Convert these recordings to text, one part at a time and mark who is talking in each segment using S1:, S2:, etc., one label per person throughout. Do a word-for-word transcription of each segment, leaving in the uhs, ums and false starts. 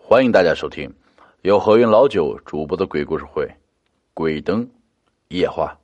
S1: 欢迎大家收听由何云老九主播的鬼故事会《鬼灯夜话》。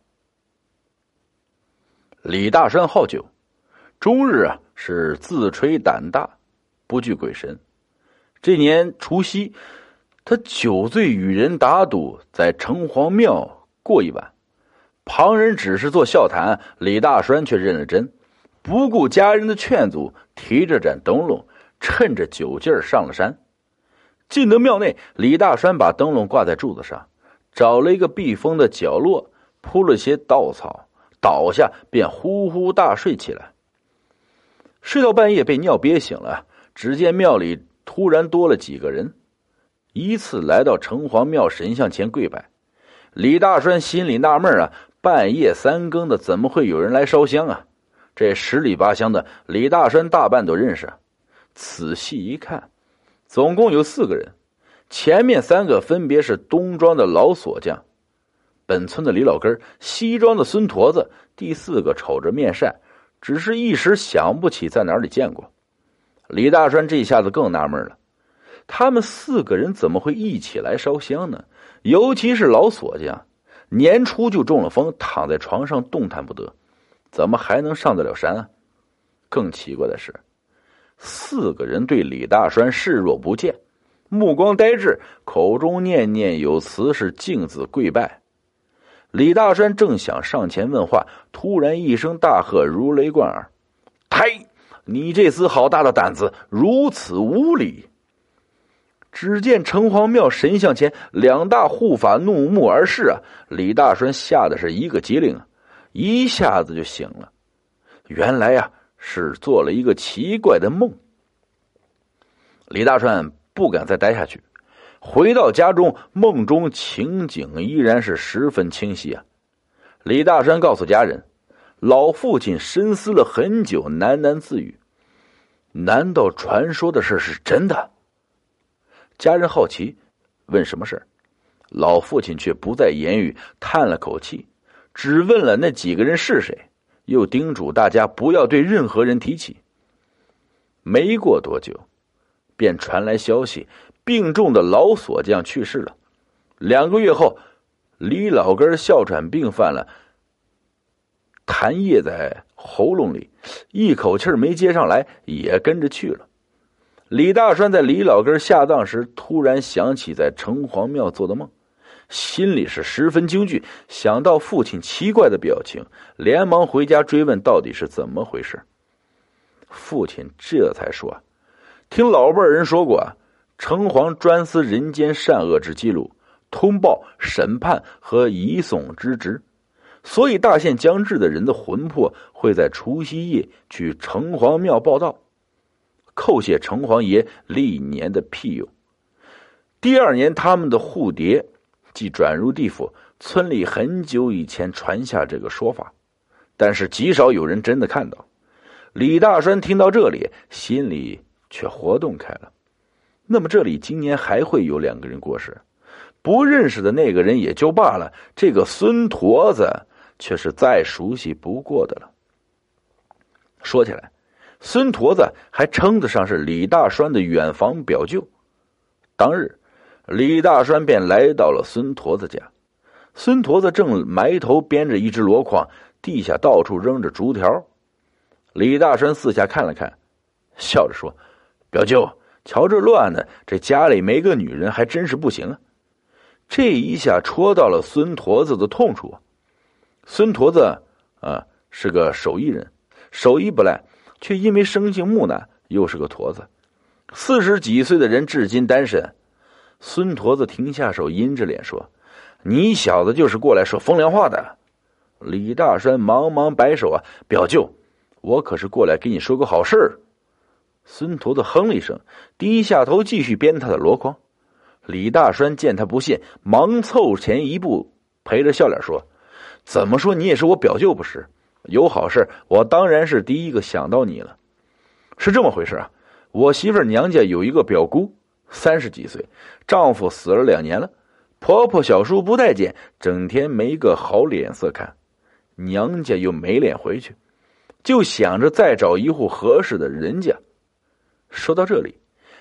S1: 李大栓好酒，终日啊是自吹胆大，不惧鬼神。这年除夕，他酒醉与人打赌，在城隍庙过一晚。旁人只是做笑谈，李大栓却认了真，不顾家人的劝阻，提着盏灯笼，趁着酒劲儿上了山。进得庙内，李大栓把灯笼挂在柱子上，找了一个避风的角落，铺了些稻草，倒下便呼呼大睡起来。睡到半夜被尿憋醒了，只见庙里突然多了几个人，依次来到城隍庙神像前跪拜。李大栓心里纳闷啊，半夜三更的怎么会有人来烧香啊？这十里八乡的李大栓大半都认识。仔细一看，总共有四个人，前面三个分别是东庄的老锁匠、本村的李老根、西庄的孙驼子，第四个瞅着面善，只是一时想不起在哪里见过。李大栓这下子更纳闷了，他们四个人怎么会一起来烧香呢？尤其是老锁匠，年初就中了风，躺在床上动弹不得，怎么还能上得了山啊？更奇怪的是，四个人对李大栓视若不见，目光呆滞，口中念念有词，是径自跪拜。李大栓正想上前问话，突然一声大喝如雷贯耳：呔！你这厮好大的胆子，如此无礼！只见城隍庙神像前两大护法怒目而视啊！李大栓吓得是一个机灵，一下子就醒了。原来啊，是做了一个奇怪的梦。李大栓不敢再待下去，回到家中，梦中情景依然是十分清晰啊。李大栓告诉家人，老父亲深思了很久，喃喃自语：难道传说的事是真的？家人好奇，问什么事？老父亲却不再言语，叹了口气，只问了那几个人是谁，又叮嘱大家不要对任何人提起。没过多久，便传来消息，病重的老锁匠去世了。两个月后，李老根哮喘病犯了，痰液在喉咙里，一口气没接上来，也跟着去了。李大栓在李老根下葬时，突然想起在城隍庙做的梦，心里是十分惊惧，想到父亲奇怪的表情，连忙回家追问到底是怎么回事。父亲这才说，听老辈人说过啊，城隍专司人间善恶之记录，通报审判和移送之职，所以大限将至的人的魂魄会在除夕夜去城隍庙报道，叩谢城隍爷历年的庇佑。第二年，他们的护牒即转入地府。村里很久以前传下这个说法，但是极少有人真的看到。李大栓听到这里，心里却活动开了。那么这里今年还会有两个人过世，不认识的那个人也就罢了，这个孙驼子却是再熟悉不过的了。说起来，孙驼子还称得上是李大栓的远房表舅。当日，李大栓便来到了孙驼子家。孙驼子正埋头编着一只箩筐，地下到处扔着竹条。李大栓四下看了看，笑着说：表舅，瞧这乱的，这家里没个女人还真是不行啊。这一下戳到了孙驼子的痛处。孙驼子啊是个手艺人，手艺不赖，却因为生性木讷，又是个驼子，四十几岁的人至今单身。孙驼子停下手，阴着脸说：你小子就是过来说风凉话的。李大栓忙忙摆手啊：表舅，我可是过来给你说个好事儿。孙驼子哼了一声，低下头继续编他的箩筐。李大栓见他不信，忙凑前一步，陪着笑脸说：怎么说你也是我表舅不是？有好事，我当然是第一个想到你了。是这么回事啊，我媳妇儿娘家有一个表姑，三十几岁，丈夫死了两年了，婆婆小叔不待见，整天没个好脸色看，娘家又没脸回去，就想着再找一户合适的人家。说到这里，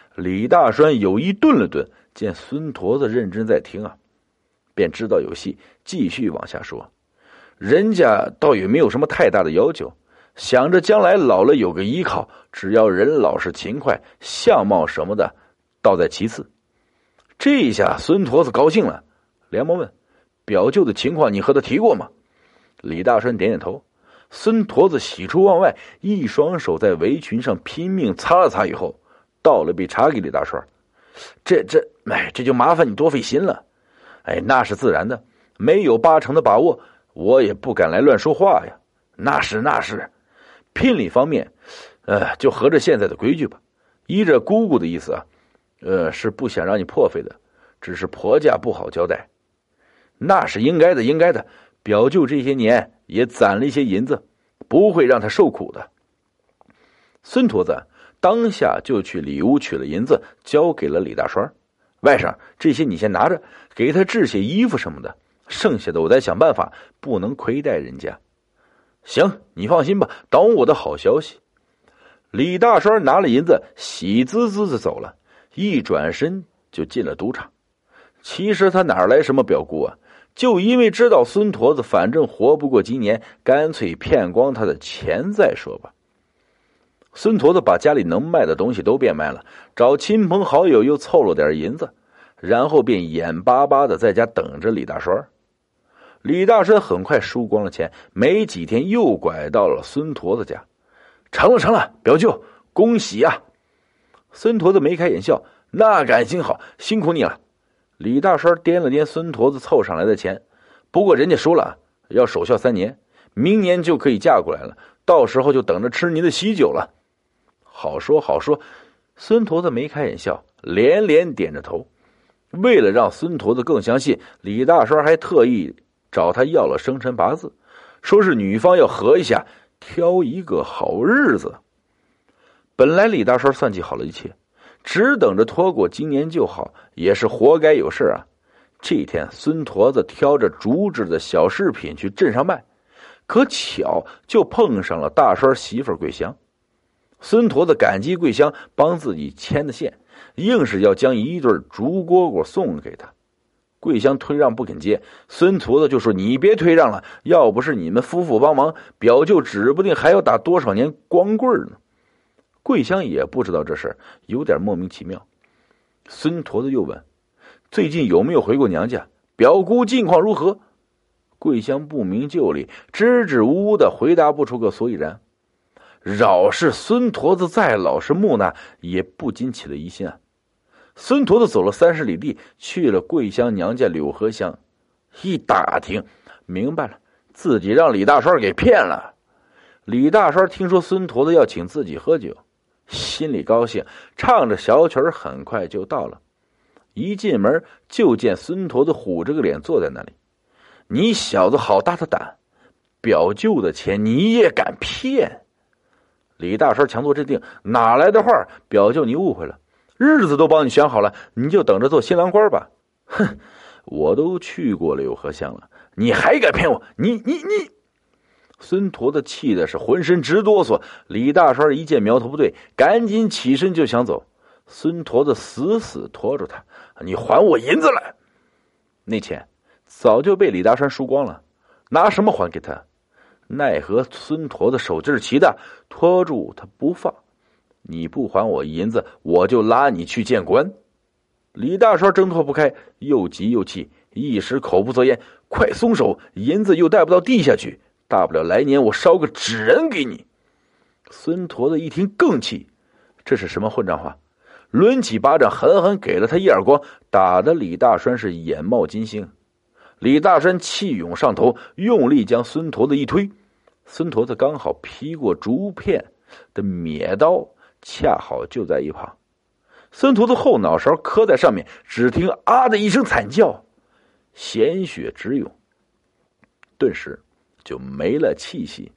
S1: 李大栓有意顿了顿，见孙驼子认真在听啊，便知道有戏，继续往下说。人家倒也没有什么太大的要求，想着将来老了有个依靠，只要人老实勤快，相貌什么的倒在其次。这一下孙驼子高兴了，连忙问：表舅的情况你和他提过吗？李大栓点点头。孙驼子喜出望外，一双手在围裙上拼命擦了擦以后，倒了杯茶给李大栓。这这哎，这就麻烦你多费心了。哎，那是自然的，没有八成的把握，我也不敢来乱说话呀。那是那是，聘礼方面，呃，就合着现在的规矩吧。依着姑姑的意思啊，呃，是不想让你破费的，只是婆家不好交代。那是应该的，应该的。表舅这些年也攒了一些银子，不会让他受苦的。孙驼子当下就去里屋取了银子，交给了李大栓。外甥，这些你先拿着，给他制些衣服什么的，剩下的我再想办法，不能亏待人家。行，你放心吧，等我的好消息。李大栓拿了银子，喜滋滋的走了，一转身就进了赌场。其实他哪来什么表姑啊，就因为知道孙驼子反正活不过今年，干脆骗光他的钱再说吧。孙驼子把家里能卖的东西都变卖了，找亲朋好友又凑了点银子，然后便眼巴巴的在家等着李大栓。李大栓很快输光了钱，没几天又拐到了孙驼子家。成了成了，表舅恭喜啊！孙驼子眉开眼笑，那感情好，辛苦你了。李大栓掂了掂孙驼子凑上来的钱，不过人家说了，要守孝三年，明年就可以嫁过来了，到时候就等着吃您的喜酒了。好说好说，孙驼子眉开眼笑，连连点着头。为了让孙驼子更相信，李大栓还特意找他要了生辰八字，说是女方要合一下，挑一个好日子。本来李大栓算计好了一切，只等着拖过今年就好，也是活该有事啊。这天孙驼子挑着竹制的小饰品去镇上卖，可巧就碰上了大栓媳妇桂香。孙驼子感激桂香帮自己牵的线，硬是要将一对竹蝈蝈送给他。桂香推让不肯接，孙驼子就说：你别推让了，要不是你们夫妇帮忙，表舅指不定还要打多少年光棍呢。桂香也不知道这事，有点莫名其妙。孙驼子又问：最近有没有回过娘家？表姑近况如何？桂香不明就里，支支吾吾的回答不出个所以然。饶是孙驼子再老实木讷，也不禁起了疑心啊。孙驼子走了三十里地，去了桂香娘家柳河乡，一打听明白了，自己让李大栓给骗了。李大栓听说孙驼子要请自己喝酒，心里高兴，唱着小曲儿很快就到了。一进门就见孙驼子虎着个脸坐在那里。你小子好大的胆，表舅的钱你也敢骗？李大栓强作镇定，哪来的话，表舅你误会了，日子都帮你选好了，你就等着做新郎官吧。哼，我都去过柳河乡了，你还敢骗我？你你你！孙驼子气的是浑身直哆嗦。李大栓一见苗头不对，赶紧起身就想走。孙驼子死死拖住他：你还我银子来！那钱早就被李大栓输光了，拿什么还给他？奈何孙驼子手劲儿齐大，拖住他不放。你不还我银子，我就拉你去见官。李大栓挣脱不开，又急又气，一时口不择言：快松手，银子又带不到地下去，大不了来年我烧个纸人给你。孙驼子一听更气，这是什么混账话？抡起巴掌狠狠给了他一耳光，打得李大栓是眼冒金星。李大栓气涌上头，用力将孙驼子一推，孙驼子刚好劈过竹片的篾刀，恰好就在一旁。孙驼子后脑勺磕在上面，只听啊的一声惨叫，鲜血直涌，顿时就没了气息。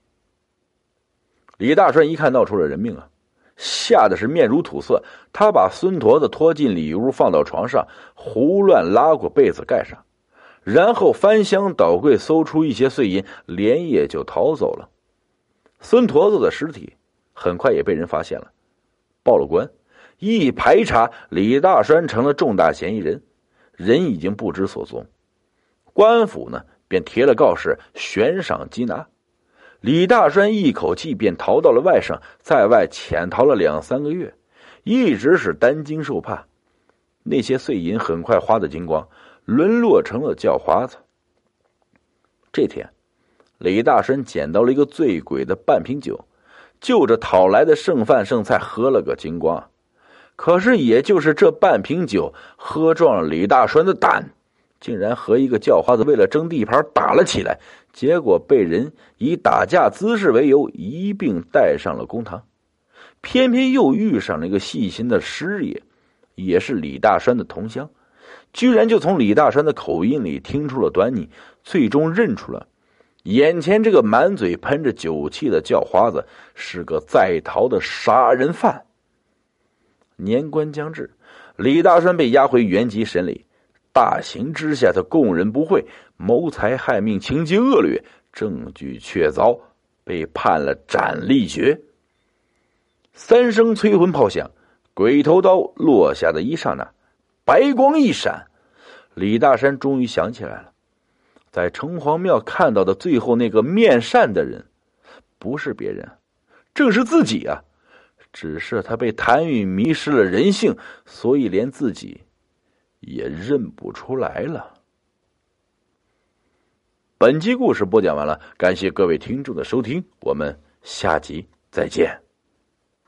S1: 李大栓一看闹出了人命啊，吓得是面如土色。他把孙驼子拖进里屋，放到床上，胡乱拉过被子盖上，然后翻箱倒柜搜出一些碎银，连夜就逃走了。孙驼子的尸体很快也被人发现了，报了官， 一排查，李大栓成了重大嫌疑人，人已经不知所踪。公安府呢，便贴了告示，悬赏缉拿。李大栓一口气便逃到了外省，在外潜逃了两三个月，一直是担惊受怕。那些碎银很快花得精光，沦落成了叫花子。这天，李大栓捡到了一个醉鬼的半瓶酒，就着讨来的剩饭剩菜喝了个精光。可是也就是这半瓶酒喝壮了李大栓的胆，竟然和一个叫花子为了争地盘打了起来，结果被人以打架滋事为由一并带上了公堂。偏偏又遇上了一个细心的师爷，也是李大栓的同乡，居然就从李大栓的口音里听出了端倪，最终认出了眼前这个满嘴喷着酒气的叫花子是个在逃的杀人犯。年关将至，李大栓被押回原籍审理。大刑之下，他供认不讳，谋财害命，情节恶劣，证据确凿，被判了斩立决。三声催魂炮响，鬼头刀落下的一刹那，白光一闪，李大栓终于想起来了，在城隍庙看到的最后那个面善的人，不是别人，正是自己啊！只是他被谭玉迷失了人性，所以连自己也认不出来了。本集故事播讲完了，感谢各位听众的收听，我们下集再见。